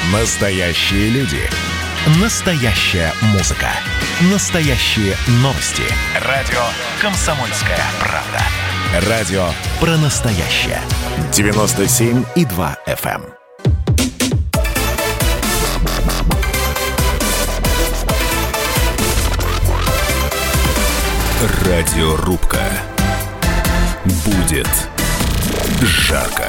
Настоящие люди. Настоящая музыка. Настоящие новости. Радио «Комсомольская правда». Радио про настоящее. 97,2 FM. Радиорубка. Будет жарко.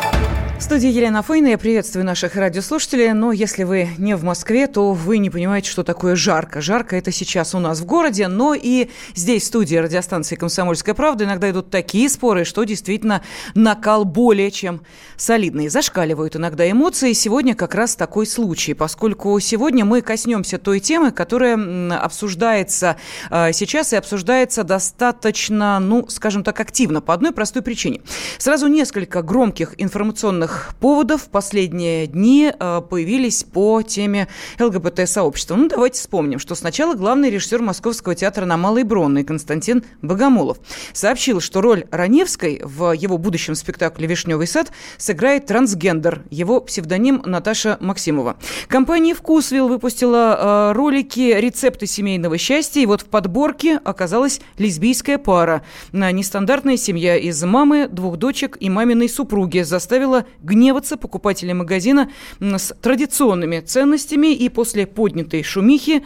В студии Елена Афонина. Я приветствую наших радиослушателей. Но если вы не в Москве, то вы не понимаете, что такое жарко. Жарко это сейчас у нас в городе, но и здесь, в студии радиостанции «Комсомольская правда», иногда идут такие споры, что действительно накал более чем солидный. Зашкаливают иногда эмоции. Сегодня как раз такой случай, поскольку сегодня мы коснемся той темы, которая обсуждается сейчас и обсуждается достаточно, скажем так, активно, по одной простой причине. Сразу несколько громких информационных поводов в последние дни появились по теме ЛГБТ-сообщества. Давайте вспомним, что сначала главный режиссер Московского театра на Малой Бронной Константин Богомолов сообщил, что роль Раневской в его будущем спектакле «Вишневый сад» сыграет трансгендер, его псевдоним Наташа Максимова. Компания «Вкусвилл» выпустила ролики «Рецепты семейного счастья», и вот в подборке оказалась лесбийская пара. Нестандартная семья из мамы, 2 дочек и маминой супруги заставила гневаться покупателей магазина с традиционными ценностями, и после поднятой шумихи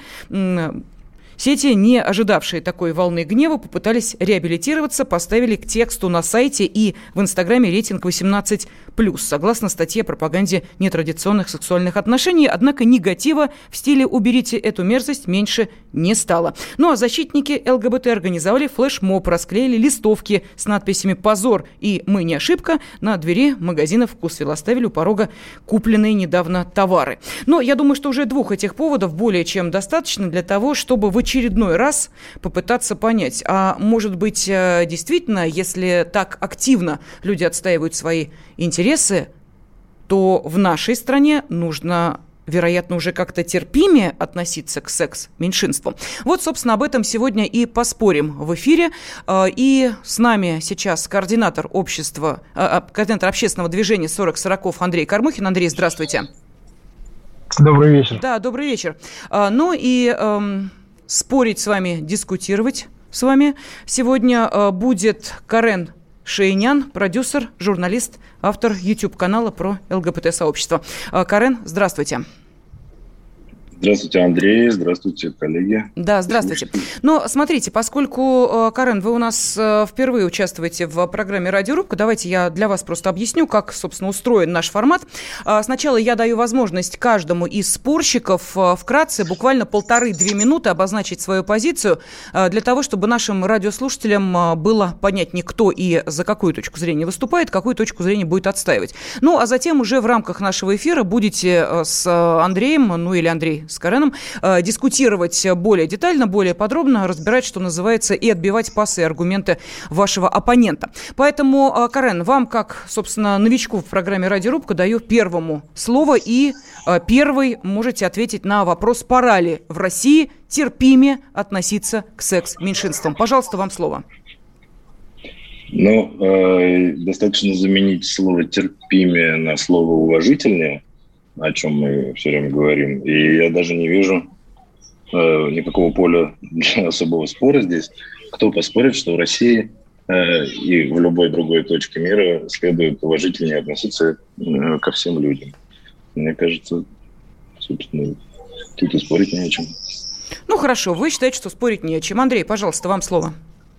сети, не ожидавшие такой волны гнева, попытались реабилитироваться, поставили к тексту на сайте и в Инстаграме рейтинг 18+, согласно статье о пропаганде нетрадиционных сексуальных отношений. Однако негатива в стиле «уберите эту мерзость» меньше не стало. А защитники ЛГБТ организовали флешмоб, расклеили листовки с надписями «Позор» и «Мы не ошибка» на двери магазинов «Вкусвилл», оставили у порога купленные недавно товары. Но я думаю, что уже 2 этих поводов более чем достаточно для того, чтобы в очередной раз попытаться понять, а может быть, действительно, если так активно люди отстаивают свои интересы, то в нашей стране нужно, вероятно, уже как-то терпимее относиться к секс-меньшинству. Вот, собственно, об этом сегодня и поспорим в эфире. И с нами сейчас координатор общественного движения 40-40 Андрей Кормухин. Андрей, здравствуйте. Добрый вечер. Да, добрый вечер. Спорить с вами, дискутировать с вами сегодня будет Карен Шейнян, продюсер, журналист, автор YouTube-канала про ЛГБТ-сообщество. Карен, здравствуйте. Здравствуйте, Андрей. Здравствуйте, коллеги. Да, здравствуйте. Смотрите, поскольку, Карен, вы у нас впервые участвуете в программе «Радиорубка», давайте я для вас просто объясню, как, собственно, устроен наш формат. Сначала я даю возможность каждому из спорщиков вкратце, буквально 1,5-2 минуты обозначить свою позицию, для того, чтобы нашим радиослушателям было понятнее, кто и за какую точку зрения выступает, какую точку зрения будет отстаивать. А затем уже в рамках нашего эфира будете с Андреем, или Андрей с Кареном, дискутировать более детально, более подробно, разбирать, что называется, и отбивать пасы и аргументы вашего оппонента. Поэтому, Карен, вам, как, собственно, новичку в программе «Радиорубка», даю первому слово, и первый можете ответить на вопрос, пора ли в России терпимее относиться к секс-меньшинствам. Пожалуйста, вам слово. Достаточно заменить слово «терпимее» на слово «уважительнее», о чем мы все время говорим. И я даже не вижу никакого поля для особого спора здесь. Кто поспорит, что в России и в любой другой точке мира следует уважительнее относиться ко всем людям. Мне кажется, собственно, тут и спорить не о чем. Хорошо, вы считаете, что спорить не о чем. Андрей, пожалуйста, вам слово.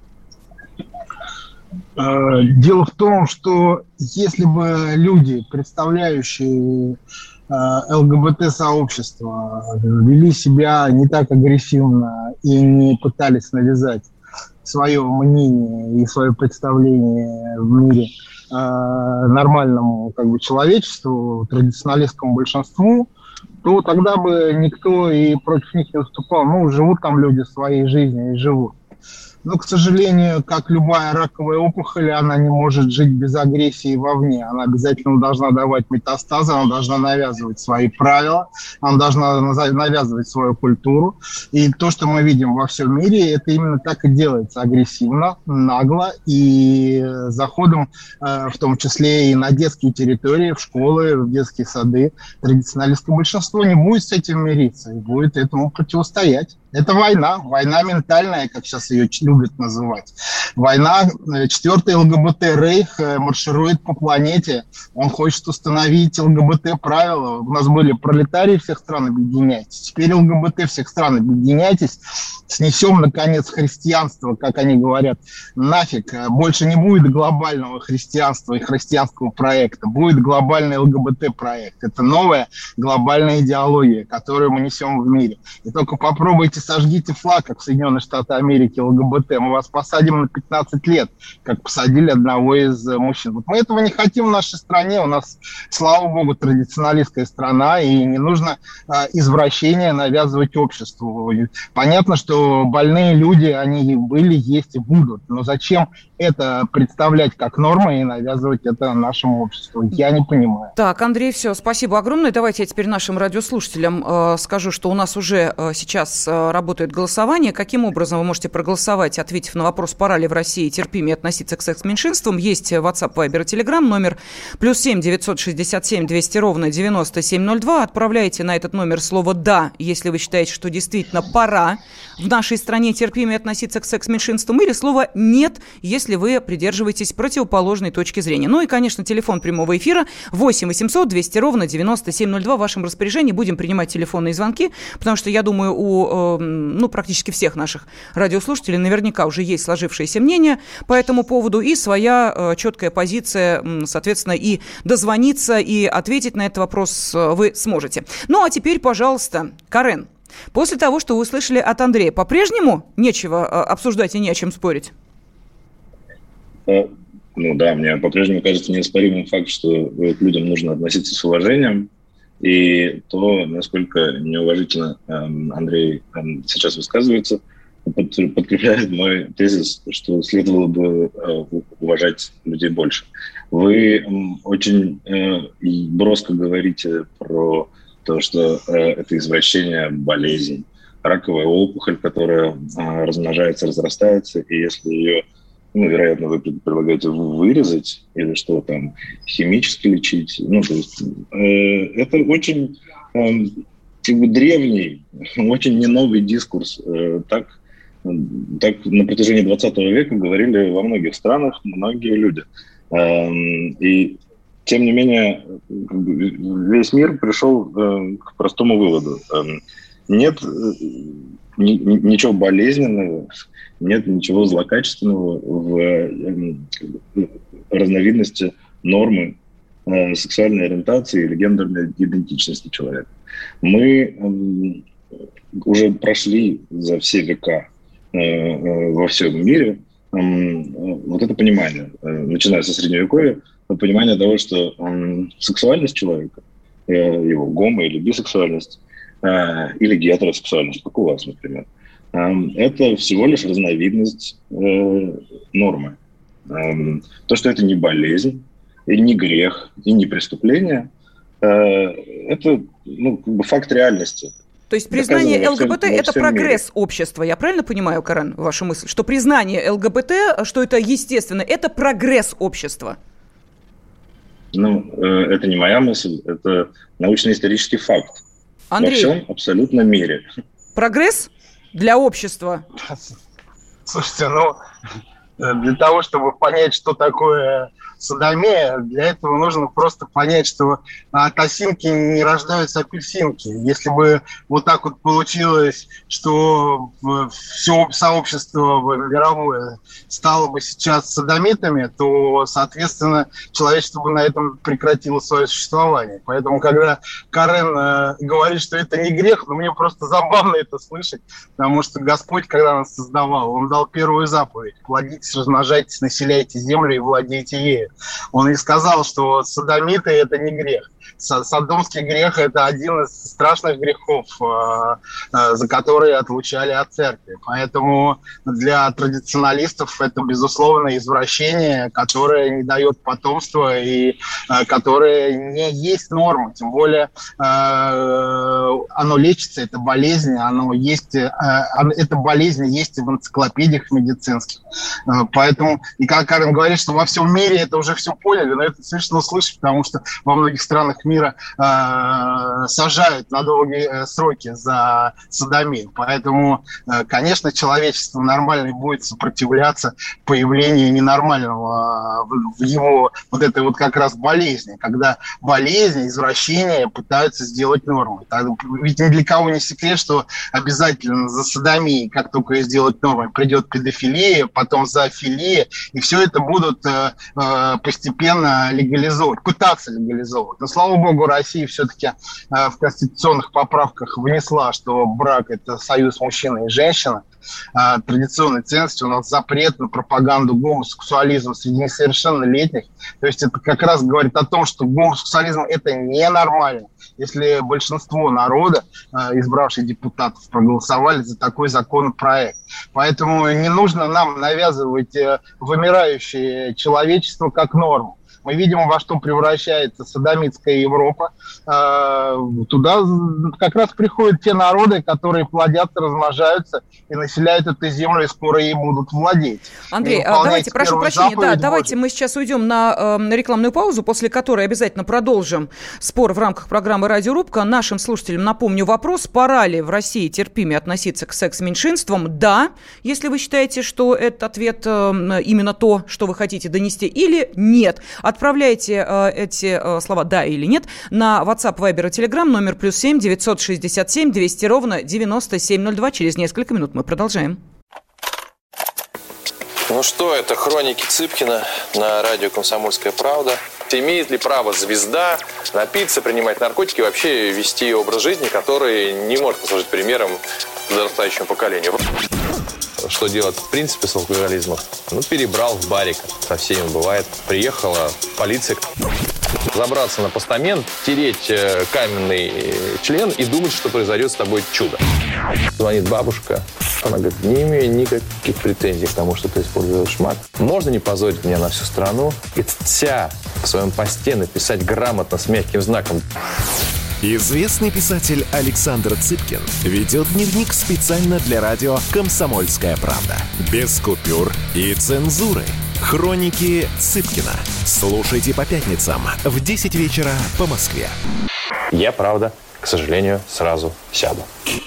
Дело в том, что если бы люди, представляющие ЛГБТ-сообщество, вели себя не так агрессивно и не пытались навязать свое мнение и свое представление в мире нормальному человечеству, традиционалистскому большинству, то тогда бы никто и против них не выступал. Живут там люди своей жизнью и живут. Но, к сожалению, как любая раковая опухоль, она не может жить без агрессии вовне. Она обязательно должна давать метастазы, она должна навязывать свои правила, она должна навязывать свою культуру. И то, что мы видим во всем мире, это именно так и делается: агрессивно, нагло и заходом, в том числе и на детские территории, в школы, в детские сады. Традиционалистское большинство не будет с этим мириться и будет этому противостоять. Это война ментальная, как сейчас ее любят называть. Война, четвертый ЛГБТ-рейх марширует по планете. Он хочет установить ЛГБТ-правила. У нас были пролетарии всех стран, объединяйтесь. Теперь ЛГБТ всех стран, объединяйтесь. Снесем, наконец, христианство, как они говорят, нафиг. Больше не будет глобального христианства и христианского проекта. Будет глобальный ЛГБТ-проект. Это новая глобальная идеология, которую мы несем в мире. И только попробуйте сожгите флаг, как в Соединенные Штаты Америки, ЛГБТ. Мы вас посадим на 15 лет, как посадили одного из мужчин. Вот мы этого не хотим в нашей стране. У нас, слава богу, традиционалистская страна, и не нужно извращения навязывать обществу. Понятно, что больные люди, они были, есть и будут. Но зачем это представлять как норму и навязывать это нашему обществу? Я не понимаю. Так, Андрей, все, спасибо огромное. Давайте я теперь нашим радиослушателям скажу, что у нас уже сейчас работает голосование. Каким образом вы можете проголосовать, ответив на вопрос, пора ли в России терпимее относиться к секс-меньшинствам? Есть WhatsApp, Viber, Telegram, номер +7 967 200 ровно 9702. Отправляйте на этот номер слово «да», если вы считаете, что действительно пора в нашей стране терпимее относиться к секс-меньшинствам, или слово «нет», если вы придерживаетесь противоположной точки зрения. Ну и, конечно, телефон прямого эфира 8 800 200 ровно 9702. В вашем распоряжении будем принимать телефонные звонки, потому что, я думаю, у практически всех наших радиослушателей наверняка уже есть сложившееся мнение по этому поводу и своя четкая позиция, соответственно, и дозвониться, и ответить на этот вопрос вы сможете. Ну, а теперь, пожалуйста, Карен, после того, что вы услышали от Андрея, по-прежнему нечего обсуждать и не о чем спорить? Ну да, мне по-прежнему кажется неоспоримым факт, что к людям нужно относиться с уважением. И то, насколько неуважительно Андрей сейчас высказывается, подкрепляет мой тезис, что следовало бы уважать людей больше. Вы очень броско говорите про то, что это извращение, болезнь, раковая опухоль, которая размножается, разрастается, и если ее, вероятно, вы предлагаете вырезать или что там, химически лечить. То есть это очень древний, очень не новый дискурс. Так на протяжении 20 века говорили во многих странах многие люди. И тем не менее весь мир пришел к простому выводу. Нет ничего болезненного, нет ничего злокачественного в разновидности нормы сексуальной ориентации или гендерной идентичности человека. Мы уже прошли за все века во всем мире вот это понимание, начиная со Средневековья, понимание того, что сексуальность человека, его гомо- или бисексуальность, или гетеросексуальность, как у вас, например, это всего лишь разновидность нормы. То, что это не болезнь, и не грех, и не преступление, это факт реальности. То есть признание ЛГБТ – это прогресс общества. Я правильно понимаю, Карен, вашу мысль? Что признание ЛГБТ, что это естественно, это прогресс общества? Это не моя мысль, это научно-исторический факт. Андрей, во всем абсолютном мире. Прогресс для общества. Слушайте, для того, чтобы понять, что такое содомия, для этого нужно просто понять, что от осинки не рождаются апельсинки. Если бы вот так вот получилось, что все сообщество мировое стало бы сейчас содомитами, то, соответственно, человечество бы на этом прекратило свое существование. Поэтому, когда Карен говорит, что это не грех, мне просто забавно это слышать, потому что Господь, когда нас создавал, Он дал первую заповедь: плодитесь, размножайтесь, населяйте землю и владейте ею. Он и сказал, что содомиты – это не грех. Содомский грех – это один из страшных грехов, за которые отлучали от церкви. Поэтому для традиционалистов это, безусловно, извращение, которое не дает потомства и которое не есть норма. Тем более оно лечится, это болезнь, эта болезнь есть и в энциклопедиях медицинских. Поэтому, и как Карен говорит, что во всем мире это уже все поняли, но это совершенно услышать, потому что во многих странах мира сажают на долгие сроки за содомию. Поэтому, конечно, человечество нормально будет сопротивляться появлению ненормального в его вот этой вот как раз болезни, когда болезни, извращения пытаются сделать нормой. Ведь ни для кого не секрет, что обязательно за содомией, как только ее сделать нормой, придет педофилия, потом зоофилия, и все это будут постепенно легализовывать, пытаться легализовывать. Но, слава богу, Россия все-таки в конституционных поправках внесла, что брак – это союз мужчины и женщины. Традиционной ценности у нас запрет на пропаганду гомосексуализма среди несовершеннолетних. То есть это как раз говорит о том, что гомосексуализм – это ненормально. Если большинство народа, избравших депутатов, проголосовали за такой законопроект. Поэтому не нужно нам навязывать вымирающее человечество как норму. Мы видим, во что превращается содомитская Европа. Туда как раз приходят те народы, которые плодятся, размножаются и населяют эту землю, и скоро ей будут владеть. Андрей, давайте, прошу прощения, давайте мы сейчас уйдем на рекламную паузу, после которой обязательно продолжим спор в рамках программы «Радиорубка». Нашим слушателям напомню вопрос: пора ли в России терпимее относиться к секс-меньшинствам? Да, если вы считаете, что этот ответ именно то, что вы хотите донести, или нет. Отправляйте эти слова «да» или «нет» на WhatsApp, Viber и Telegram, номер +7 967 200 9702. Через несколько минут мы продолжаем. Ну что, это хроники Цыпкина на радио «Комсомольская правда». Имеет ли право звезда напиться, принимать наркотики и вообще вести образ жизни, который не может послужить примером подрастающему поколению? Что делать в принципе с алкоголизмом? Перебрал в барик. Со всеми бывает. Приехала полиция. Забраться на постамент, тереть каменный член и думать, что произойдет с тобой чудо. Звонит бабушка. Она говорит: не имею никаких претензий к тому, что ты используешь мат. Можно не позорить меня на всю страну и вся в своем посте написать грамотно с мягким знаком. Известный писатель Александр Цыпкин ведет дневник специально для радио «Комсомольская правда». Без купюр и цензуры. Хроники Цыпкина. Слушайте по пятницам в 10 вечера по Москве. Я, правда, к сожалению, сразу сяду.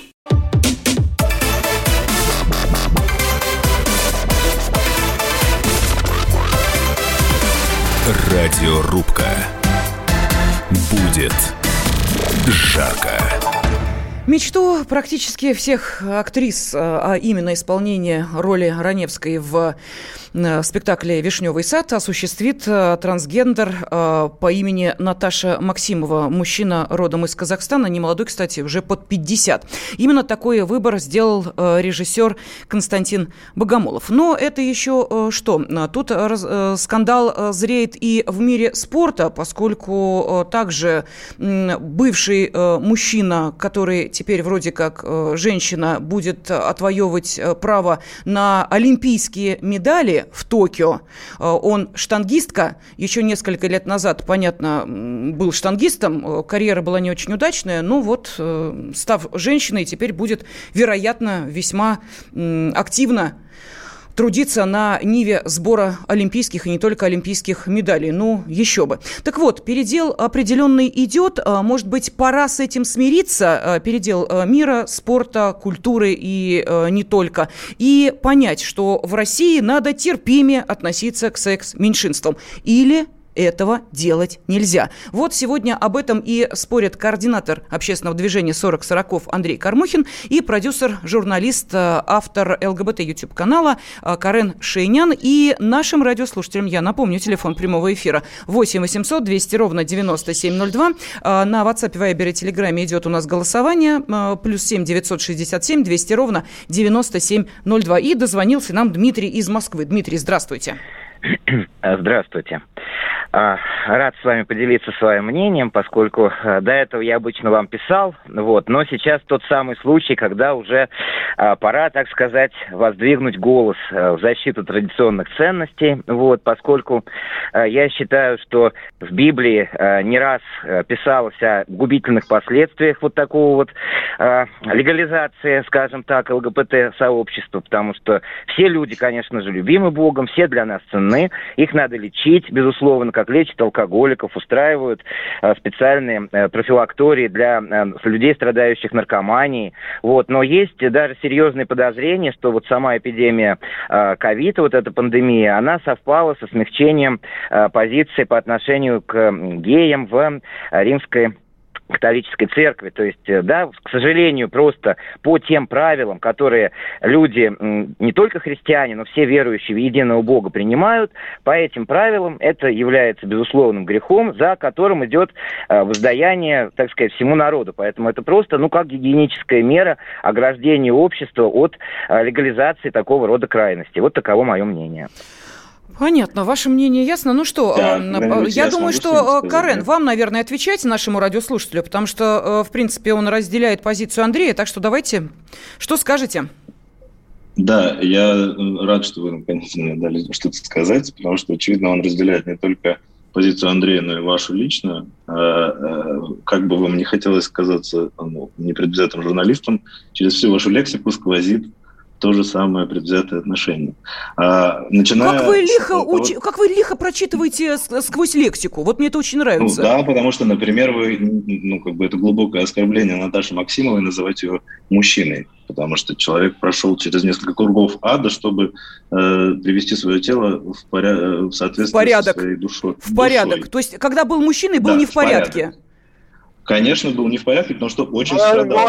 Радиорубка. Будет жарко. Мечту практически всех актрис, а именно исполнение роли Раневской в спектакле «Вишневый сад» осуществит трансгендер по имени Наташа Максимова. Мужчина родом из Казахстана, немолодой, кстати, уже под 50. Именно такой выбор сделал режиссер Константин Богомолов. Но это еще что? Тут скандал зреет и в мире спорта, поскольку также бывший мужчина, который теперь вроде как женщина, будет отвоевывать право на олимпийские медали в Токио. Он штангистка. Еще несколько лет назад, понятно, был штангистом. Карьера была не очень удачная. Но вот, став женщиной, теперь будет, вероятно, весьма активно трудиться на ниве сбора олимпийских и не только олимпийских медалей. Ну, еще бы. Так вот, передел определенный идет. Может быть, пора с этим смириться. Передел мира, спорта, культуры и не только. И понять, что в России надо терпимее относиться к секс-меньшинствам. Или этого делать нельзя. Вот сегодня об этом и спорят координатор общественного движения «40 Сороков» Андрей Кормухин и продюсер, журналист, автор ЛГБТ YouTube-канала Карен Шейнян. И нашим радиослушателям я напомню, телефон прямого эфира 8 800 200 9702. На WhatsApp, Viber и Telegram идет у нас голосование. +7 967 200 9702. И дозвонился нам Дмитрий из Москвы. Дмитрий, здравствуйте. Здравствуйте. Рад с вами поделиться своим мнением, поскольку до этого я обычно вам писал, но сейчас тот самый случай, когда уже пора, так сказать, воздвигнуть голос в защиту традиционных ценностей, поскольку я считаю, что в Библии не раз писалось о губительных последствиях такого легализации, скажем так, ЛГБТ-сообщества, потому что все люди, конечно же, любимы Богом, все для нас ценны, их надо лечить, безусловно, как лечат алкоголиков, устраивают специальные профилактории для людей, страдающих наркоманией. Но есть даже серьезные подозрения, что сама эпидемия ковида, эта пандемия, она совпала со смягчением позиции по отношению к геям в римской католической церкви. То есть, к сожалению, просто по тем правилам, которые люди, не только христиане, но все верующие в единого Бога принимают, по этим правилам это является безусловным грехом, за которым идет воздаяние, так сказать, всему народу. Поэтому это просто, как гигиеническая мера ограждения общества от легализации такого рода крайностей. Таково мое мнение. Понятно, ваше мнение ясно. Я думаю, что, Карен, вам, наверное, отвечать нашему радиослушателю, потому что, в принципе, он разделяет позицию Андрея, так что давайте, что скажете? Да, я рад, что вы, наконец, мне дали что-то сказать, потому что, очевидно, он разделяет не только позицию Андрея, но и вашу личную. Как бы вам не хотелось казаться непредвзятым журналистом, через всю вашу лексику сквозит то же самое предвзятое отношение. Как вы лихо прочитываете сквозь лексику? Мне это очень нравится. Потому что, например, вы, это глубокое оскорбление Наташи Максимовой называть ее мужчиной, потому что человек прошел через несколько кругов ада, чтобы привести свое тело в соответствие со своей душой. В порядок. То есть, когда был мужчиной, был не в порядке? Конечно, был не в порядке, потому что очень страдал.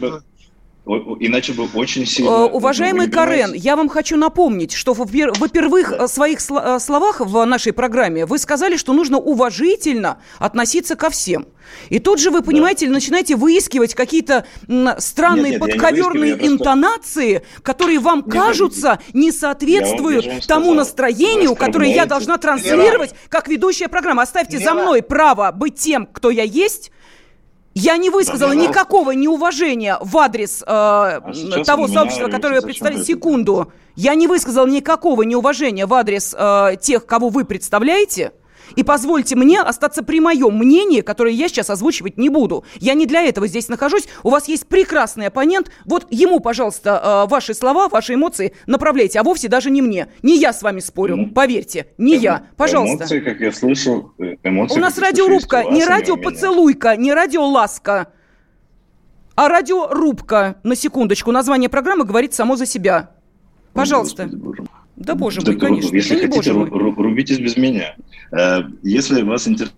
Иначе бы очень сильно... Уважаемый Карен, я вам хочу напомнить, что, во-первых, в своих словах в нашей программе вы сказали, что нужно уважительно относиться ко всем. И тут же вы, понимаете, начинаете выискивать какие-то странные подковерные интонации, которые вам кажутся не соответствуют тому настроению, которое я должна транслировать как ведущая программы. Оставьте за мной право быть тем, кто я есть. Я не высказала никакого неуважения в адрес того сообщества, которое вы представляете. Секунду. Я не высказала никакого неуважения в адрес тех, кого вы представляете. И позвольте мне остаться при моем мнении, которое я сейчас озвучивать не буду. Я не для этого здесь нахожусь. У вас есть прекрасный оппонент. Ему, пожалуйста, ваши слова, ваши эмоции направляйте. А вовсе даже не мне. Не я с вами спорю. Поверьте, не я. Пожалуйста. Эмоции, как я слышу, эмоции... У нас радиорубка, не радиопоцелуйка, не радиоласка, а радиорубка. На секундочку. Название программы говорит само за себя. Пожалуйста. Да, боже мой, конечно. Если хотите, рубитесь без меня. Если вас интересует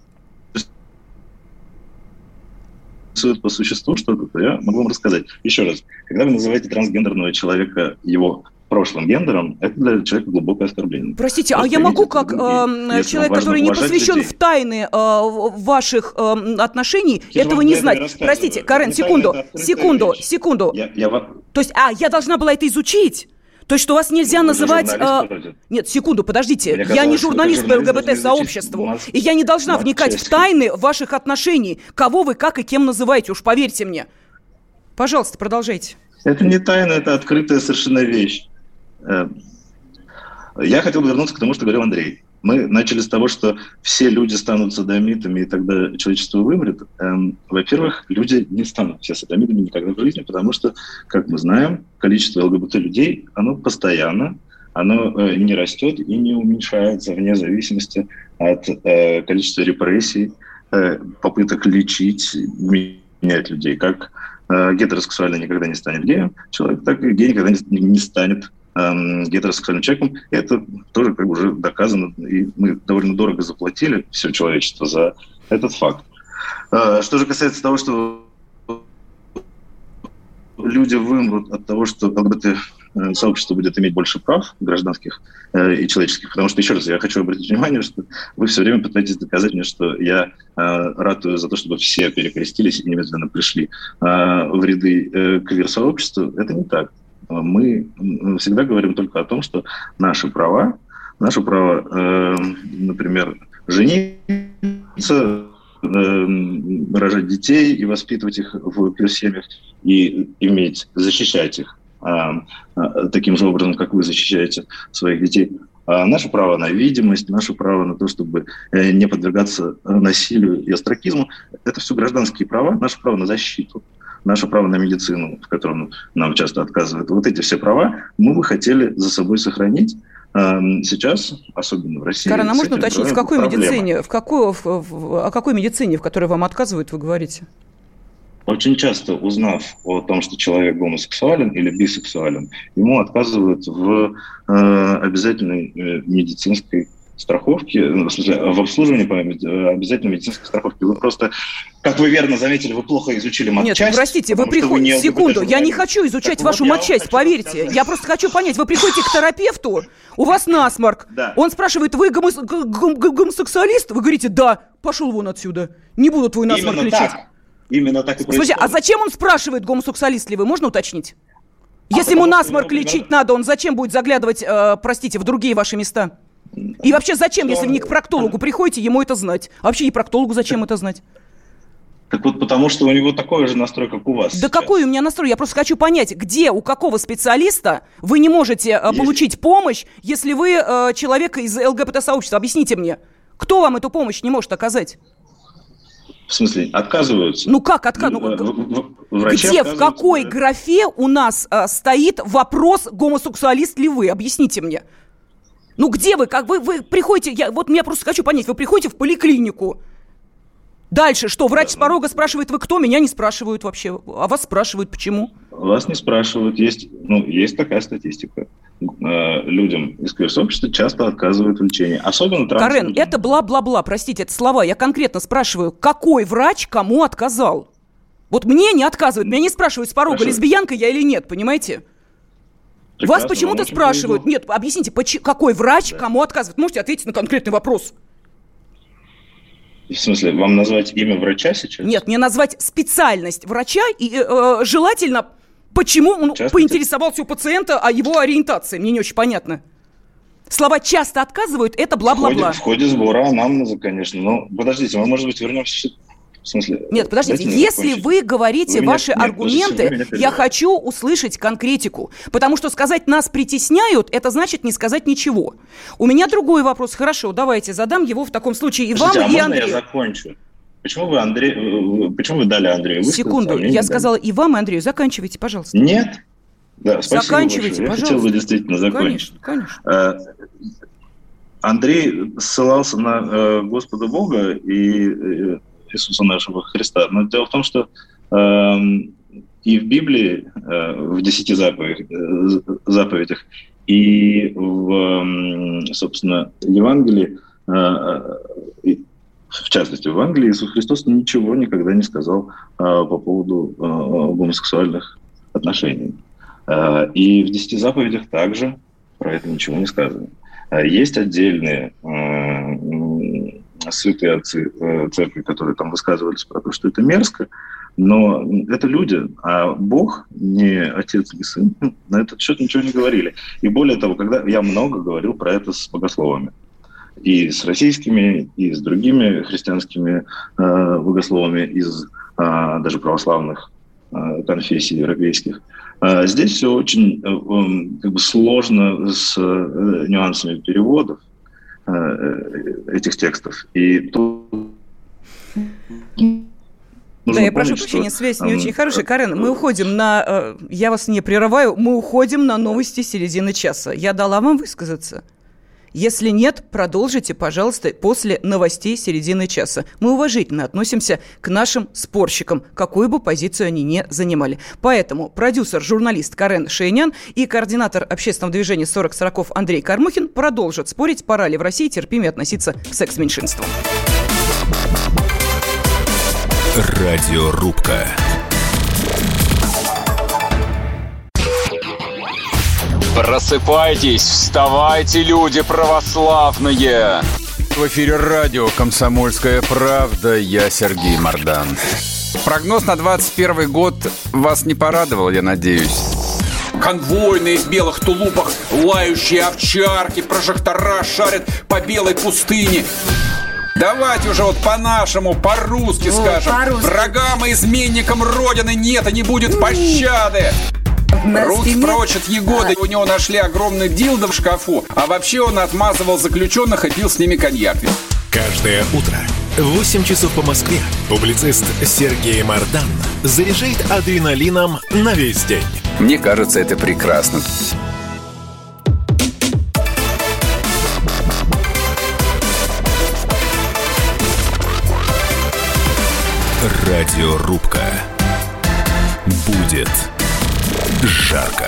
по существу что-то, то я могу вам рассказать. Еще раз, когда вы называете трансгендерного человека его прошлым гендером, это для человека глубокое оскорбление. Простите, а я могу, как человек, который не посвящен людей в тайны ваших отношений, этого не знать? Простите, Карен, секунду. То есть, я должна была это изучить? То есть, что вас нельзя называть... Нет, секунду, подождите. Я не журналист по ЛГБТ-сообществу. И я не должна вникать в тайны ваших отношений. Кого вы, как и кем называете, уж поверьте мне. Пожалуйста, продолжайте. Это не тайна, это открытая совершенно вещь. Я хотел бы вернуться к тому, что говорил Андрей. Мы начали с того, что все люди станут содомитами, и тогда человечество вымрет. Во-первых, люди не станут все содомитами никогда в жизни, потому что, как мы знаем, количество ЛГБТ-людей, оно постоянно, оно не растет и не уменьшается вне зависимости от количества репрессий, попыток лечить, менять людей. Как гетеросексуальный никогда не станет геем человек, так и гей никогда не станет гетеросексуальным человеком. Это тоже уже доказано, и мы довольно дорого заплатили, все человечество, за этот факт. Что же касается того, что люди вымрут от того, что ЛГБТ-сообщество будет иметь больше прав гражданских и человеческих, потому что, еще раз, я хочу обратить внимание, что вы все время пытаетесь доказать мне, что я ратую за то, чтобы все перекрестились и немедленно пришли в ряды квир-сообщества. Это не так. Мы всегда говорим только о том, что наши права Наше право, например, жениться, рожать детей и воспитывать их в семьях, и защищать их таким же образом, как вы защищаете своих детей. Наше право на видимость, наше право на то, чтобы не подвергаться насилию и остракизму, это все гражданские права, наше право на защиту, наше право на медицину, в котором нам часто отказывают. Вот эти все права мы бы хотели за собой сохранить. Сейчас, особенно в России... Карен, а можно уточнить, в какой медицине, о какой медицине, в которой вам отказывают, вы говорите? Очень часто, узнав о том, что человек гомосексуален или бисексуален, ему отказывают в обязательной медицинской страховке, в смысле, в обслуживании по обязательной медицинской страховке. Вы просто, как вы верно заметили, вы плохо изучили матчасть. Нет, простите, вы приходите... Секунду, я не хочу изучать вашу матчасть, поверьте. Я просто хочу понять, вы приходите к терапевту, у вас насморк, да. Он спрашивает, вы гомосексуалист? Вы говорите, да, пошел вон отсюда, не буду твой насморк именно лечить. Так. Именно так и происходит. Слушайте, а зачем он спрашивает, гомосексуалист ли вы, можно уточнить? Если ему насморк лечить надо, он зачем будет заглядывать, в другие ваши места? И вообще зачем, если вы не к проктологу приходите, ему это знать? А вообще и проктологу зачем это знать? Так вот, потому что у него такой же настрой, как у вас. Да сейчас. Какой у меня настрой? Я просто хочу понять, где, у какого специалиста вы не можете получить помощь, если вы человек из ЛГБТ-сообщества? Объясните мне, кто вам эту помощь не может оказать? В смысле, отказываются? Ну как отказываются? Где, в какой графе у нас стоит вопрос, гомосексуалист ли вы? Объясните мне. Ну где вы? Как вы приходите, я просто хочу понять, вы приходите в поликлинику. Дальше что? Врач с порога спрашивает, вы кто? Меня не спрашивают вообще. А вас спрашивают, почему? Вас не спрашивают. Есть такая статистика. Людям из квир-сообщества часто отказывают в лечении. Особенно транслюдям. Карен, это бла-бла-бла, простите, это слова. Я конкретно спрашиваю, какой врач кому отказал? Вот мне не отказывают, меня не спрашивают с порога, лесбиянка я или нет, понимаете? Прекрасно, вас почему-то спрашивают. Нет, объясните, какой врач кому отказывает? Можете ответить на конкретный вопрос? В смысле, вам назвать имя врача сейчас? Нет, мне назвать специальность врача и желательно, почему он поинтересовался у пациента о его ориентации. Мне не очень понятно. Слова «часто отказывают» — это бла-бла-бла. В ходе сбора анамнеза, конечно. Но подождите, мы, может быть, вернемся... В смысле, нет, подождите, если вы говорите ваши аргументы, я хочу услышать конкретику. Потому что сказать «нас притесняют» — это значит не сказать ничего. У меня другой вопрос. Хорошо, давайте задам его в таком случае и вам, и Андрею. Я закончу? Почему вы дали Андрею высказаться? Секунду, я сказала и вам, и Андрею. Заканчивайте, пожалуйста. Нет? Да, заканчивайте, пожалуйста. Я хотел бы действительно закончить. Конечно. Андрей ссылался на Господа Бога и Иисуса нашего Христа. Но дело в том, что и в Библии, в 10 заповедях, и в, собственно, Евангелии, в частности, в Евангелии Иисус Христос ничего никогда не сказал по поводу гомосексуальных отношений. И в 10 заповедях также про это ничего не сказано. Есть отдельные святые отцы церкви, которые там высказывались про то, что это мерзко, но это люди, а Бог, не Отец, не Сын, на этот счет ничего не говорили. И более того, когда я много говорил про это с богословами, и с российскими, и с другими христианскими богословами из даже православных конфессий европейских, здесь все очень сложно с нюансами переводов этих текстов. И тут... Да, я прошу прощения, связь не очень хорошая. Карен, мы уходим на... Я вас не прерываю. Мы уходим на новости середины часа. Я дала вам высказаться. Если нет, продолжите, пожалуйста, после новостей середины часа. Мы уважительно относимся к нашим спорщикам, какую бы позицию они ни занимали. Поэтому продюсер, журналист Карен Шейнян и координатор общественного движения 40-40 Андрей Кармухин продолжат спорить, пора ли в России терпимее относиться к секс-меньшинствам. Радиорубка. Просыпайтесь, вставайте, люди православные! В эфире радио «Комсомольская правда». Я Сергей Мордан. Прогноз на 21 год вас не порадовал, я надеюсь. Конвойные в белых тулупах, лающие овчарки, прожектора шарят по белой пустыне. Давайте уже вот по-нашему, по-русски скажем. По-русски. Врагам и изменникам Родины нет и не будет пощады. Руки прочь от Егоды. У него нашли огромный дилдо в шкафу. А вообще он отмазывал заключенных и пил с ними коньяк. Каждое утро в 8 часов по Москве публицист Сергей Мардан заряжает адреналином на весь день. Мне кажется, это прекрасно. Радиорубка. Будет жарко.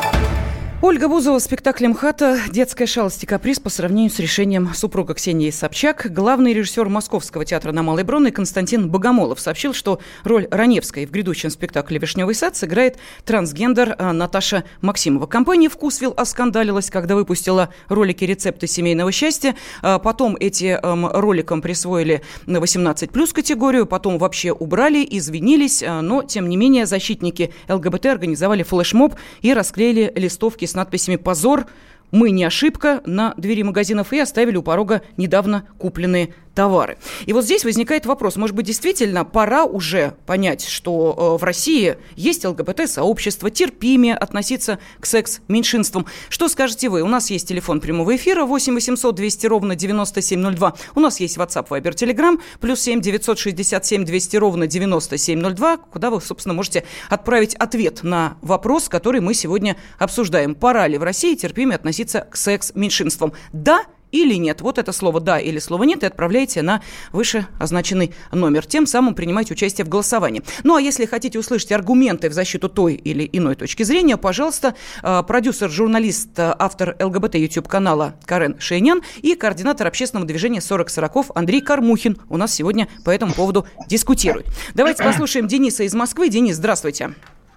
Ольга Бузова в спектакле «МХАТа» «Детская шалость и каприз» по сравнению с решением супруга Ксении Собчак. Главный режиссер Московского театра на Малой Бронной Константин Богомолов сообщил, что роль Раневской в грядущем спектакле «Вишневый сад» сыграет трансгендер Наташа Максимова. Компания «Вкусвилл» оскандалилась, когда выпустила ролики «Рецепты семейного счастья». Потом эти роликам присвоили 18+ категорию, потом вообще убрали, извинились. Но, тем не менее, защитники ЛГБТ организовали флешмоб и расклеили листовки с надписями «Позор», «Мы не ошибка» на двери магазинов и оставили у порога недавно купленные товары. И вот здесь возникает вопрос, может быть, действительно пора уже понять, что в России есть ЛГБТ-сообщество, терпимее относиться к секс-меньшинствам. Что скажете вы? У нас есть телефон прямого эфира 8 800 200 ровно 9702. У нас есть WhatsApp, Viber, Telegram, +7 967 200 ровно 9702, куда вы, собственно, можете отправить ответ на вопрос, который мы сегодня обсуждаем. Пора ли в России терпимее относиться к секс-меньшинствам? Да или нет? Вот это слово «да» или слово «нет» и отправляйте на вышеозначенный номер. Тем самым принимайте участие в голосовании. Ну, а если хотите услышать аргументы в защиту той или иной точки зрения, пожалуйста, продюсер, журналист, автор ЛГБТ YouTube-канала Карен Шейнян и координатор общественного движения 4040 Андрей Кормухин у нас сегодня по этому поводу дискутирует. Давайте послушаем Дениса из Москвы. Денис, здравствуйте.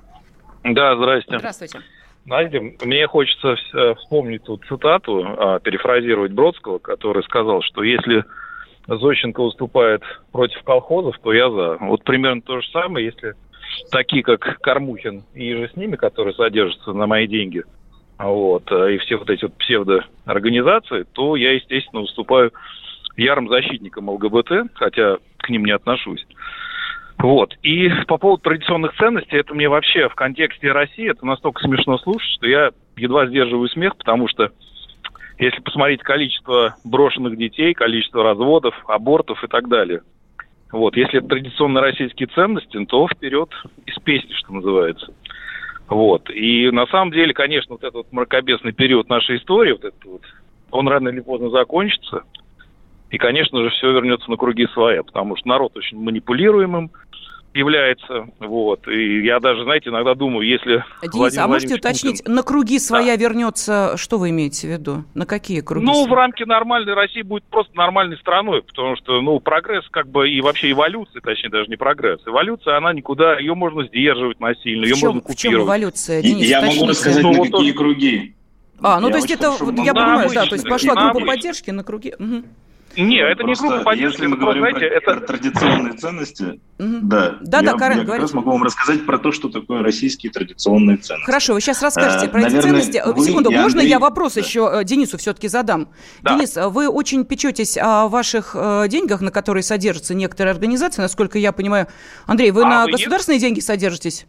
Да, здрасте. Здравствуйте. Знаете, мне хочется вспомнить тут цитату, перефразировать Бродского, который сказал, что если Зощенко выступает против колхозов, то я за. Вот примерно то же самое, если такие, как Кормухин и же с ними, которые содержатся на мои деньги, вот, и все вот эти вот псевдоорганизации, то я, естественно, выступаю ярым защитником ЛГБТ, хотя к ним не отношусь. Вот. И по поводу традиционных ценностей, это мне вообще в контексте России, это настолько смешно слушать, что я едва сдерживаю смех, потому что если посмотреть количество брошенных детей, количество разводов, абортов и так далее, вот, если это традиционные российские ценности, то вперед из песни, что называется. Вот. И на самом деле, конечно, вот этот вот мракобесный период нашей истории, вот этот вот, он рано или поздно закончится. И, конечно же, все вернется на круги своя, потому что народ очень манипулируемым является. Вот. И я даже, знаете, иногда думаю, если... Денис, а можете уточнить, Путин... на круги своя вернется, что вы имеете в виду? На какие круги? Ну, в рамке нормальной России будет просто нормальной страной, потому что, ну, прогресс как бы и вообще эволюция, точнее, даже не прогресс. Эволюция, она никуда, ее можно сдерживать насильно, ее можно купировать. В чем эволюция, Денис? Я могу рассказать, на какие круги. Ну, то есть это, я понимаю, да, то есть пошла группа поддержки на круги. Угу. Нет, это не группа поддержки. Если мы говорим про традиционные ценности, да, Карен, я как раз могу вам рассказать про то, что такое российские традиционные ценности. Хорошо, вы сейчас расскажете про эти ценности. Секунду, можно я вопрос еще Денису все-таки задам? Да. Денис, вы очень печетесь о ваших деньгах, на которые содержатся некоторые организации, насколько я понимаю. Андрей, вы на государственные деньги содержитесь?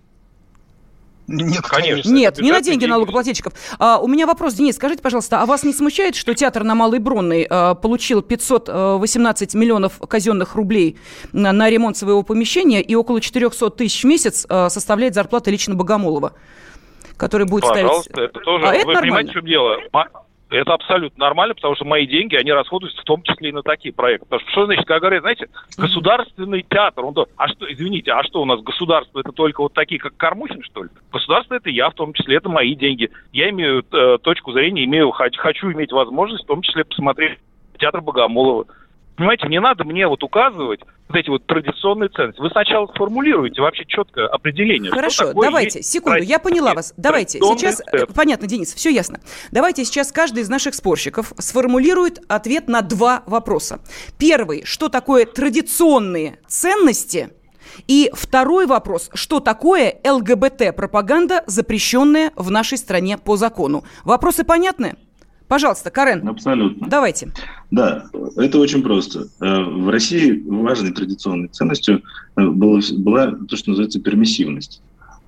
Нет, конечно. Нет, не на деньги налогоплательщиков. У меня вопрос, Денис, скажите, пожалуйста, а вас не смущает, что театр на Малой Бронной получил 518 миллионов казенных рублей на ремонт своего помещения и около 400 тысяч в месяц составляет зарплата лично Богомолова, который будет Пожалуйста, ставить... это тоже, вы понимаете, в чем дело? Это абсолютно нормально, потому что мои деньги, они расходуются в том числе и на такие проекты. Потому что значит, когда говорят, знаете, государственный театр, извините, а что у нас государство, это только вот такие, как Кормухин, что ли? Государство это я, в том числе, это мои деньги. Я имею точку зрения, хочу иметь возможность, в том числе, посмотреть театр Богомолова. Понимаете, не надо мне вот указывать вот эти вот традиционные ценности. Вы сначала сформулируете вообще четкое определение. Хорошо, давайте, секунду, я поняла вас. Давайте, сейчас, понятно, Денис, все ясно. Давайте сейчас каждый из наших спорщиков сформулирует ответ на два вопроса. Первый, что такое традиционные ценности? И второй вопрос. Что такое ЛГБТ-пропаганда, запрещенная в нашей стране по закону? Вопросы понятны? Пожалуйста, Карен. Абсолютно. Давайте. Да, это очень просто. В России важной традиционной ценностью была то, что называется пермиссивность.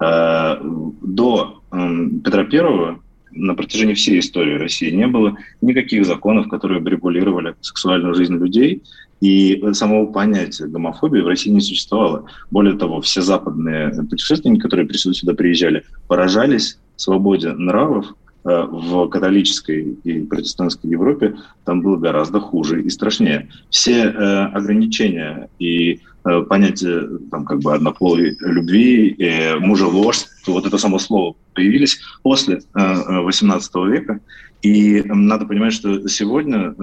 До Петра I на протяжении всей истории России не было никаких законов, которые бы регулировали сексуальную жизнь людей, и самого понятия гомофобии в России не существовало. Более того, все западные путешественники, которые сюда приезжали, поражались свободе нравов. В католической и протестантской Европе там было гораздо хуже и страшнее. Все ограничения и понятия там, как бы однополой любви, мужеложества, вот это само слово, появились после XVIII века. И надо понимать, что сегодня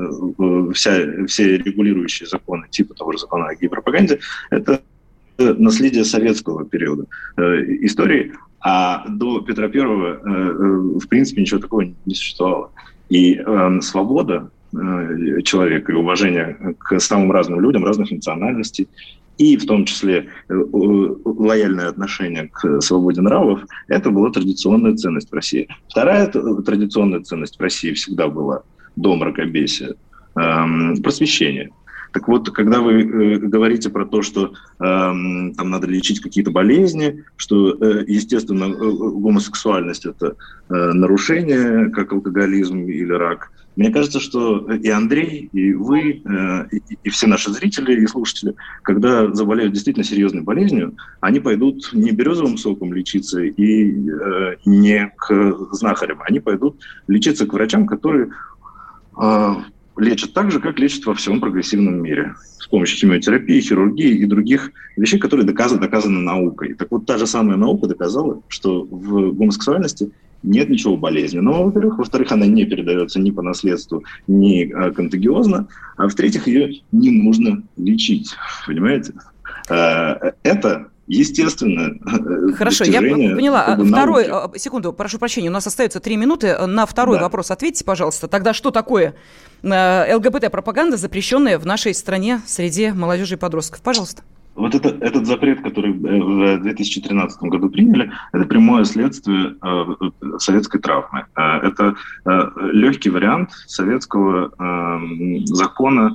все регулирующие законы, типа того же закона о гей-пропаганде, это наследие советского периода истории, а до Петра I, в принципе, ничего такого не существовало. И свобода человека и уважение к самым разным людям, разных национальностей, и в том числе лояльное отношение к свободе нравов, это была традиционная ценность в России. Вторая традиционная ценность в России всегда была до мракобесия – просвещение. Так вот, когда вы говорите про то, что там надо лечить какие-то болезни, что, естественно, гомосексуальность – это нарушение, как алкоголизм или рак, мне кажется, что и Андрей, и вы, и все наши зрители и слушатели, когда заболеют действительно серьезной болезнью, они пойдут не березовым соком лечиться и не к знахарям, они пойдут лечиться к врачам, которые лечат так же, как лечат во всем прогрессивном мире. С помощью химиотерапии, хирургии и других вещей, которые доказаны наукой. Так вот, та же самая наука доказала, что в гомосексуальности нет ничего болезненного, во-первых. Во-вторых, она не передается ни по наследству, ни контагиозно. А в-третьих, ее не нужно лечить. Понимаете? Это естественно. Хорошо, я поняла. Второй, секунду, прошу прощения, у нас остается 3 минуты. На второй вопрос ответьте, пожалуйста. Тогда что такое ЛГБТ-пропаганда, запрещенная в нашей стране среди молодежи и подростков? Пожалуйста. Вот этот запрет, который в 2013 году приняли, это прямое следствие советской травмы. Это легкий вариант советского закона,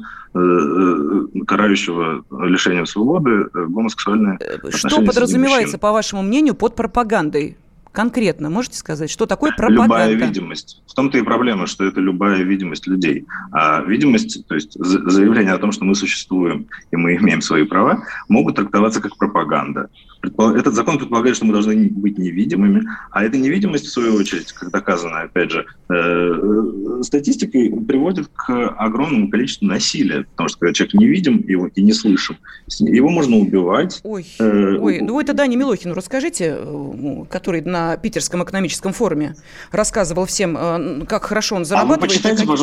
карающего лишением свободы гомосексуальные отношения. Что подразумевается, по вашему мнению, под пропагандой? Конкретно можете сказать, что такое пропаганда? Любая видимость. В том-то и проблема, что это любая видимость людей. А видимость, то есть заявление о том, что мы существуем и мы имеем свои права, могут трактоваться как пропаганда. Этот закон предполагает, что мы должны быть невидимыми, а эта невидимость, в свою очередь, как доказано, опять же, статистикой, приводит к огромному количеству насилия. Потому что когда человек невидим и не слышим, его можно убивать. Ну это Дане Милохину расскажите, который на Питерском экономическом форуме рассказывал всем, как хорошо он зарабатывает. А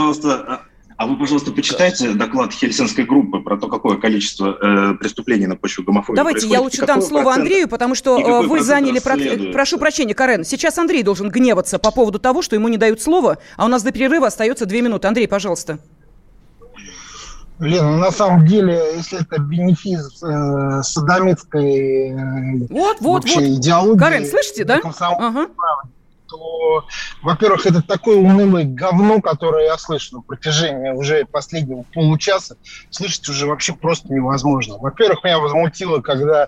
вы, пожалуйста, почитайте доклад Хельсинской группы про то, какое количество преступлений на почве гомофобии. Давайте я лучше дам слово Андрею, потому что вы заняли... Прошу прощения, Карен, сейчас Андрей должен гневаться по поводу того, что ему не дают слова, а у нас до перерыва остается 2 минуты. Андрей, пожалуйста. Лена, на самом деле, если это бенефис содомитской идеологии... Карен, слышите, да? То, во-первых, это такое унылое говно, которое я слышу на протяжении уже последнего получаса. Слышать уже вообще просто невозможно. Во-первых, меня возмутило, когда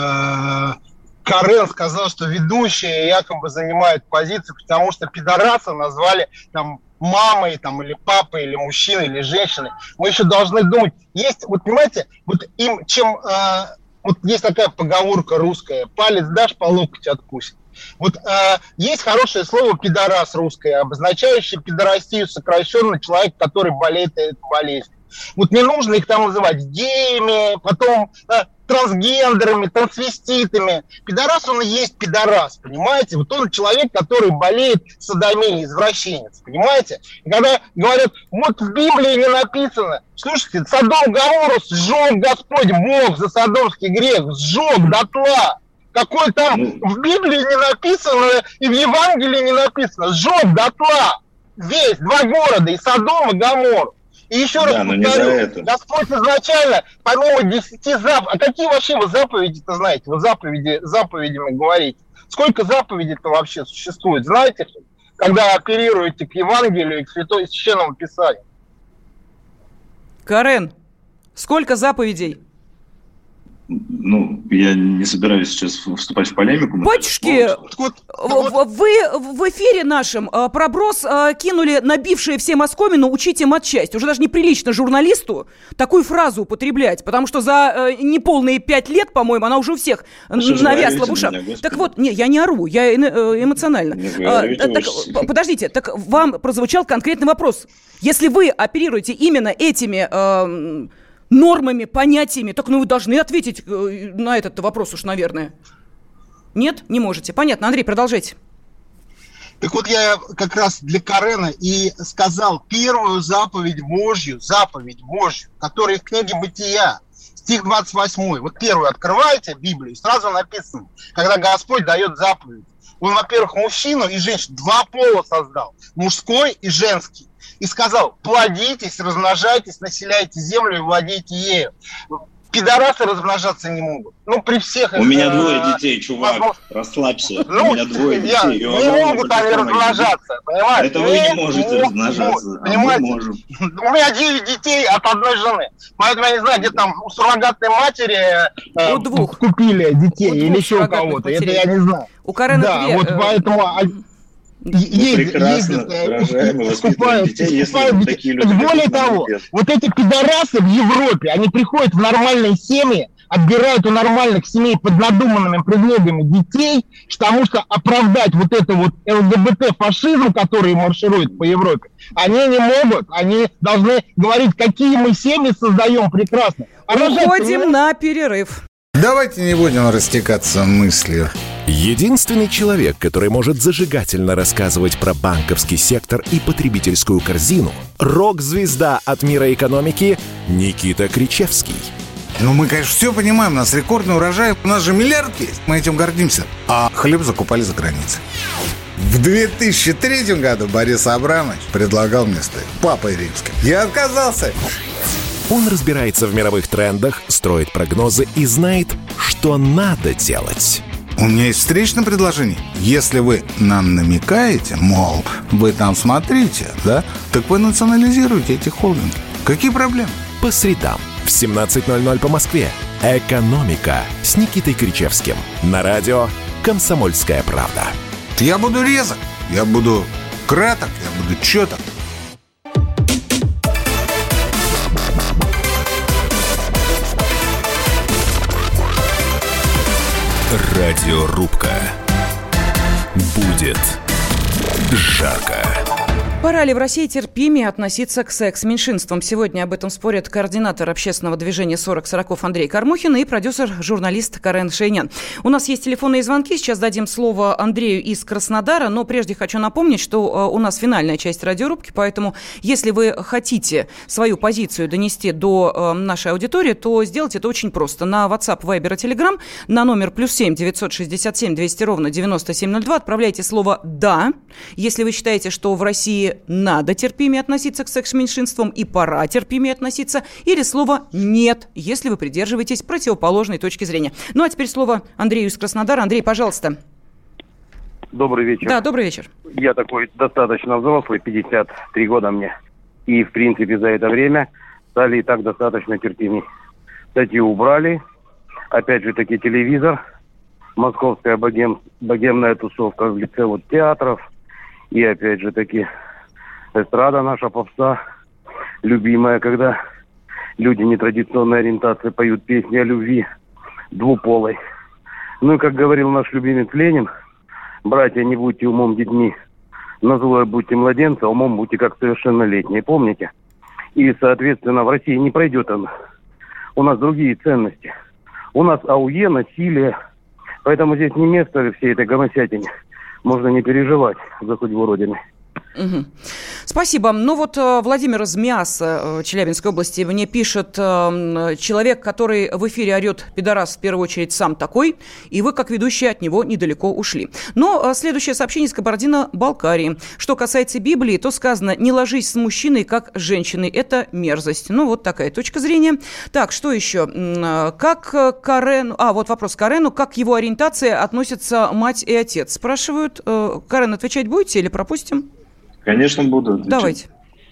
Карен сказал, что ведущие якобы занимают позицию, потому что пидораса назвали там мамой, там, или папой, или мужчиной, или женщиной. Мы еще должны думать. Есть, вот понимаете, вот им чем... вот есть такая поговорка русская: палец дашь, по локоть откусит. Вот есть хорошее слово «пидорас» русское, обозначающее пидорастию сокращенно человек, который болеет этой болезнью. Вот не нужно их там называть геями, потом трансгендерами, трансвеститами. Пидорас, он и есть пидорас, понимаете? Вот он человек, который болеет содомией, извращенец, понимаете? И когда говорят, вот в Библии не написано, слушайте, Содом Гоморру сжег Господь Бог за содомский грех, сжег дотла. Какой там в Библии не написано и в Евангелии не написано, сжег дотла весь, 2 города, и Содом, и Гоморру. И еще раз повторю, Господь изначально, помимо 10 заповедей, а какие вообще вы заповеди-то знаете? Вы заповедями говорите. Сколько заповедей-то вообще существует? Знаете, когда оперируете к Евангелию и к Священному Писанию? Карен, сколько заповедей? Ну, я не собираюсь сейчас вступать в полемику. Батюшки, вы в эфире нашем проброс кинули набившие все москомину «учите матчасть». Уже даже неприлично журналисту такую фразу употреблять, потому что за неполные 5 лет, по-моему, она уже у всех навязла в ушах. Так вот, не, я не ору, я эмоционально. Подождите, так вам прозвучал конкретный вопрос. Если вы оперируете именно этими... нормами, понятиями. Так, вы должны ответить на этот вопрос уж, наверное. Нет? Не можете. Понятно. Андрей, продолжайте. Так вот, я как раз для Карена и сказал первую заповедь Божью, которая в книге Бытия, стих 28. Вот первую открываете Библию, сразу написано, когда Господь дает заповедь. Он, во-первых, мужчину и женщину, 2 пола создал, мужской и женский. И сказал, плодитесь, размножайтесь, населяйте землю и владейте ею. Пидорасы размножаться не могут. При всех... У меня 2 детей, чувак, расслабься. У меня 2 детей. Не могут они размножаться, понимаете? Это вы не можете размножаться, а мы можем. У меня 9 детей от одной жены. Поэтому я не знаю, где там у суррогатной матери купили детей или еще у кого-то. Это я не знаю. У Карена 2. Да, вот поэтому... прекрасно рожаем и воспитываем детей, если такие люди... Более того, вот эти пидорасы в Европе, они приходят в нормальные семьи, отбирают у нормальных семей под надуманными предлогами детей, потому что оправдать вот это вот ЛГБТ-фашизм, который марширует по Европе, они не могут. Они должны говорить, какие мы семьи создаем прекрасно. Уходим на перерыв. Давайте не будем растекаться мыслью. Единственный человек, который может зажигательно рассказывать про банковский сектор и потребительскую корзину – рок-звезда от мира экономики Никита Кричевский. Мы, конечно, все понимаем, у нас рекордный урожай, у нас же миллиард есть, мы этим гордимся. А хлеб закупали за границей. В 2003 году Борис Абрамович предлагал мне стать папой римским. Я отказался. Он разбирается в мировых трендах, строит прогнозы и знает, что надо делать. У меня есть встречное предложение. Если вы нам намекаете, мол, вы там смотрите, да, так вы национализируете эти холдинги. Какие проблемы? По средам в 17:00 по Москве. «Экономика» с Никитой Кричевским. На радио «Комсомольская правда». Я буду резок, я буду краток, я буду чёток. Радиорубка. Будет жарко. Пора ли в России терпимее относиться к секс-меньшинствам? Сегодня об этом спорят координатор общественного движения 40-40 Андрей Кормухин и продюсер-журналист Карен Шейнян. У нас есть телефонные звонки. Сейчас дадим слово Андрею из Краснодара. Но прежде хочу напомнить, что у нас финальная часть радиорубки. Поэтому, если вы хотите свою позицию донести до нашей аудитории, то сделать это очень просто. На WhatsApp, Viber и Telegram на номер +7 967 200 ровно 9702 отправляйте слово «да». Если вы считаете, что в России надо терпимее относиться к секс-меньшинствам и пора терпимее относиться, или слово «нет», если вы придерживаетесь противоположной точки зрения. Ну, а теперь слово Андрею из Краснодара. Андрей, пожалуйста. Добрый вечер. Да, добрый вечер. Я такой достаточно взрослый, 53 года мне. И, в принципе, за это время стали и так достаточно терпимее. Статью убрали. Опять же таки телевизор. Московская богемная тусовка в лице театров. И, опять же таки, эстрада наша, попса, любимая, когда люди нетрадиционной ориентации поют песни о любви двуполой. Ну и, как говорил наш любимец Ленин, братья, не будьте умом детьми, на злое будьте младенцы, а умом будьте как совершеннолетние, помните? И, соответственно, в России не пройдет он. У нас другие ценности. У нас АУЕ, насилие. Поэтому здесь не место всей этой гомосятине. Можно не переживать за судьбу Родины. Угу. Спасибо. Ну вот Владимир из Миаса, Челябинской области, мне пишет: человек, который в эфире орет «пидорас», в первую очередь сам такой, и вы, как ведущие, от него недалеко ушли. Но следующее сообщение из Кабардино-Балкарии. Что касается Библии, то сказано: не ложись с мужчиной, как с женщиной. Это мерзость. Ну, вот такая точка зрения. Так, что еще? Как Карен... вот вопрос Карену. Как к его ориентации относятся мать и отец? Спрашивают. Карен, отвечать будете или пропустим? Конечно, буду отвечать. Давайте.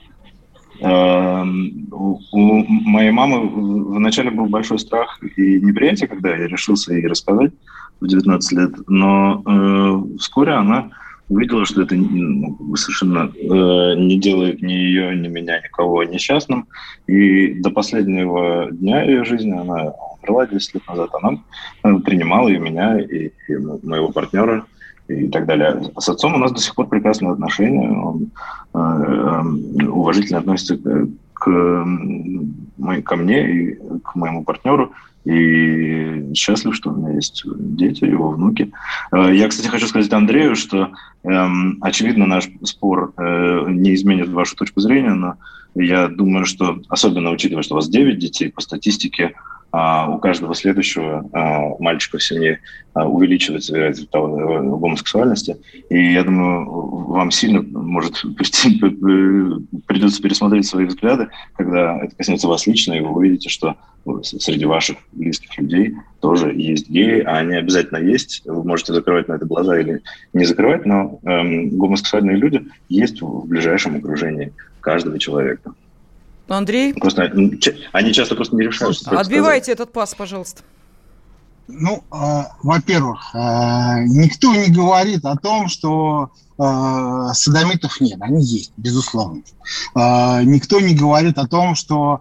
У моей мамы вначале был большой страх и неприятие, когда я решился ей рассказать в 19 лет, но вскоре она увидела, что это совершенно не делает ни ее, ни меня, никого несчастным. И до последнего дня ее жизни, она умерла 10 лет назад, она принимала и меня, и моего партнера, и так далее. С отцом у нас до сих пор прекрасные отношения. Он уважительно относится ко мне и к моему партнеру. И счастлив, что у меня есть дети, его внуки. Я, кстати, хочу сказать Андрею, что, очевидно, наш спор не изменит вашу точку зрения, но я думаю, что, особенно учитывая, что у вас 9 детей, по статистике, у каждого следующего мальчика в семье увеличивается вероятность гомосексуальности. И я думаю, вам сильно, может, придется пересмотреть свои взгляды, когда это коснется вас лично, и вы увидите, что среди ваших близких людей тоже есть геи, а они обязательно есть. Вы можете закрывать на это глаза или не закрывать, но гомосексуальные люди есть в ближайшем окружении каждого человека. Андрей? Просто они часто просто не решаются. Отбивайте этот пас, пожалуйста. Ну, во-первых, никто не говорит о том, что содомитов нет. Они есть, безусловно. Никто не говорит о том, что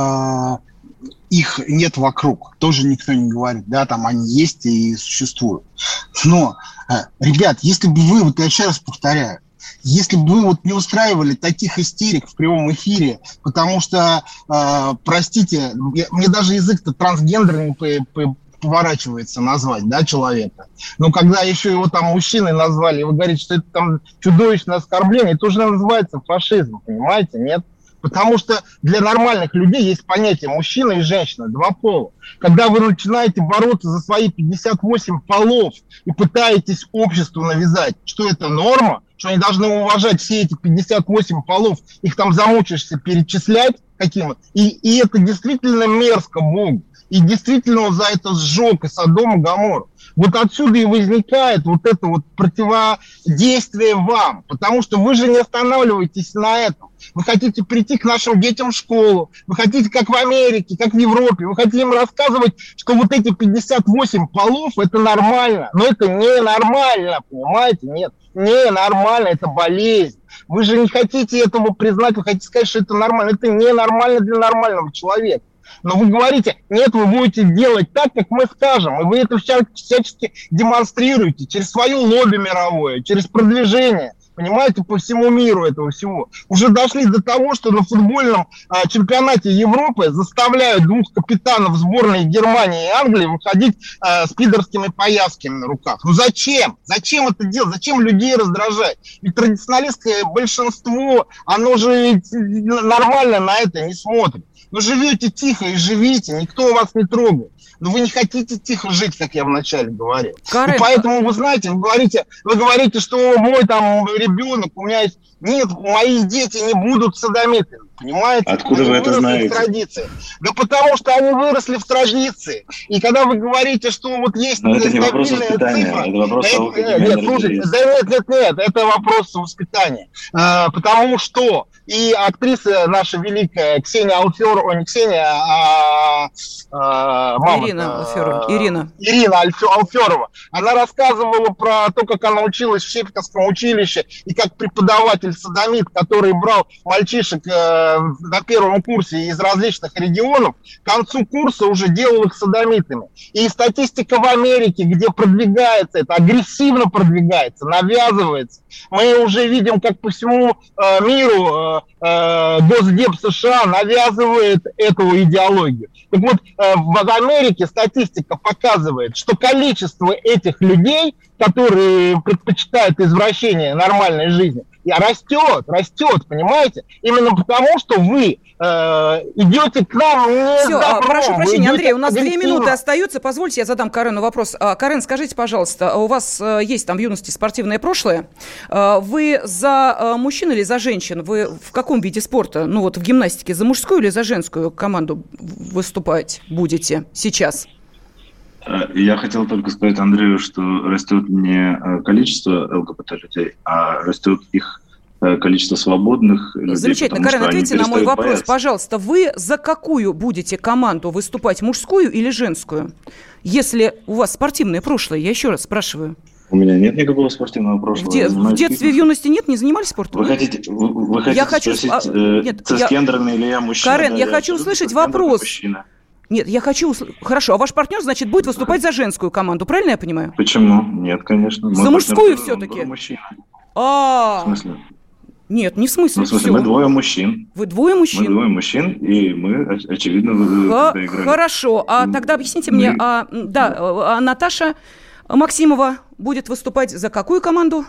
их нет вокруг. Тоже никто не говорит. Да, там они есть и существуют. Но, ребят, если бы вы, вот я еще раз повторяю, если бы вы вот не устраивали таких истерик в прямом эфире, потому что, простите, мне даже язык-то трансгендерный поворачивается назвать, да, человека. Но когда еще его там мужчиной назвали, и вы говорите, что это там чудовищное оскорбление, это уже называется фашизм, понимаете, нет? Потому что для нормальных людей есть понятие мужчина и женщина, два пола. Когда вы начинаете бороться за свои 58 полов и пытаетесь обществу навязать, что это норма, что они должны уважать все эти 58 полов, их там замучаешься перечислять каким-то, и это действительно мерзко Богу. И действительно он за это сжег и Содом, и Гоморру. Вот отсюда и возникает вот это вот противодействие вам, потому что вы же не останавливаетесь на этом. Вы хотите прийти к нашим детям в школу, вы хотите, как в Америке, как в Европе, вы хотите им рассказывать, что вот эти 58 полов – это нормально. Но это не нормально, понимаете? Нет, не нормально, это болезнь. Вы же не хотите этого признать, вы хотите сказать, что это нормально. Это не нормально для нормального человека. Но вы говорите, нет, вы будете делать так, как мы скажем. И вы это всячески демонстрируете через свое лобби мировое, через продвижение, понимаете, по всему миру этого всего. Уже дошли до того, что на футбольном чемпионате Европы заставляют двух капитанов сборной Германии и Англии выходить с пидорскими повязками на руках. Ну зачем? Зачем это делать? Зачем людей раздражать? Ведь традиционалистское большинство, оно же нормально на это не смотрит. Вы живете тихо и живите, никто вас не трогает. Но вы не хотите тихо жить, как я вначале говорил. И поэтому, вы знаете, вы говорите, что мой там ребенок, у меня есть... Нет, мои дети не будут содомитами, понимаете? Откуда вы это знаете? В традиции. Да потому что они выросли в традиции. И когда вы говорите, что вот есть но это не вопрос воспитания, цифра, это вопрос того, как нет, слушайте, нет, это вопрос воспитания. Потому что и актриса наша великая Ксения Алферова, не Ксения, мама, Ирина Алферова, она рассказывала про то, как она училась в Щепетовском училище, и как преподаватель-содомит, который брал мальчишек на первом курсе из различных регионов, к концу курса уже делал их содомитами. И статистика в Америке, где продвигается это, агрессивно продвигается, навязывается. Мы уже видим, как по всему миру Госдеп США навязывает эту идеологию. Так вот, в Америке статистика показывает, что количество этих людей, которые предпочитают извращение нормальной жизни, растет, понимаете? Именно потому, что вы идете к нам не Все, добром, прошу прощения, Андрей, у нас 2 агрессивно. минуты остаются. Позвольте, я задам Карену вопрос. Карен, скажите, пожалуйста, у вас есть там в юности спортивное прошлое. Вы за мужчин или за женщин? Вы в каком виде спорта? Ну вот в гимнастике за мужскую или за женскую команду выступать будете сейчас? Я хотел только сказать Андрею, что растет не количество ЛГБТ-людей, а растет их количество свободных людей. Замечательно. Карен, ответьте на мой вопрос. Бояться. Пожалуйста, вы за какую будете команду выступать, мужскую или женскую? Если у вас спортивное прошлое, я еще раз спрашиваю. У меня нет никакого спортивного прошлого. В детстве, в юности нет? Не занимались спортом? Вы хотите спросить, цисгендерный или я мужчина? Карен, я хочу услышать вопрос. Мужчина. Нет, я хочу... Хорошо, а ваш партнер, значит, будет выступать за женскую команду, правильно я понимаю? Почему? Нет, конечно. За мужскую все-таки? Мужчина. В смысле? Нет, не в смысле. В смысле, мы двое мужчин. Вы двое мужчин? Мы двое мужчин, и мы, очевидно, играем. Хорошо, а тогда объясните мне, Наташа Максимова будет выступать за какую команду?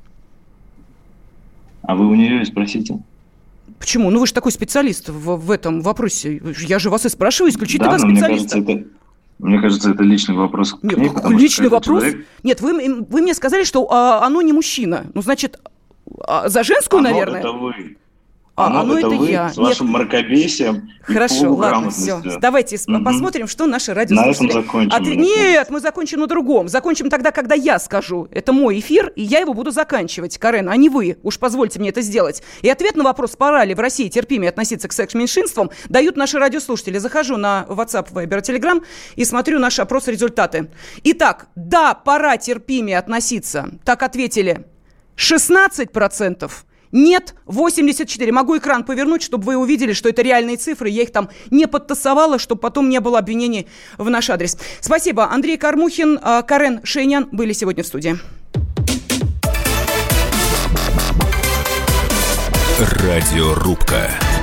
А вы у нее спросите. Почему? Ну, вы же такой специалист в этом вопросе. Я же вас и спрашиваю исключительно как специалиста. Мне кажется, это личный вопрос к ней. Личный вопрос? Нет, вы мне сказали, что оно не мужчина. Ну, значит, за женскую, наверное? Это вы. Это вы я. С вашим мракобесием. Хорошо, ладно, все. Давайте посмотрим, что наши радиослушатели... На этом закончим. Нет, мы закончим на другом. Закончим тогда, когда я скажу. Это мой эфир, и я его буду заканчивать, Карен, а не вы. Уж позвольте мне это сделать. И ответ на вопрос, пора ли в России терпимее относиться к секс-меньшинствам, дают наши радиослушатели. Захожу на WhatsApp, Viber, Telegram и смотрю наши опросы-результаты. Итак, да, пора терпимее относиться. Так ответили 16%. Нет, 84. Могу экран повернуть, чтобы вы увидели, что это реальные цифры. Я их там не подтасовала, чтобы потом не было обвинений в наш адрес. Спасибо. Андрей Кормухин, Карен Шейнян были сегодня в студии. Радиорубка.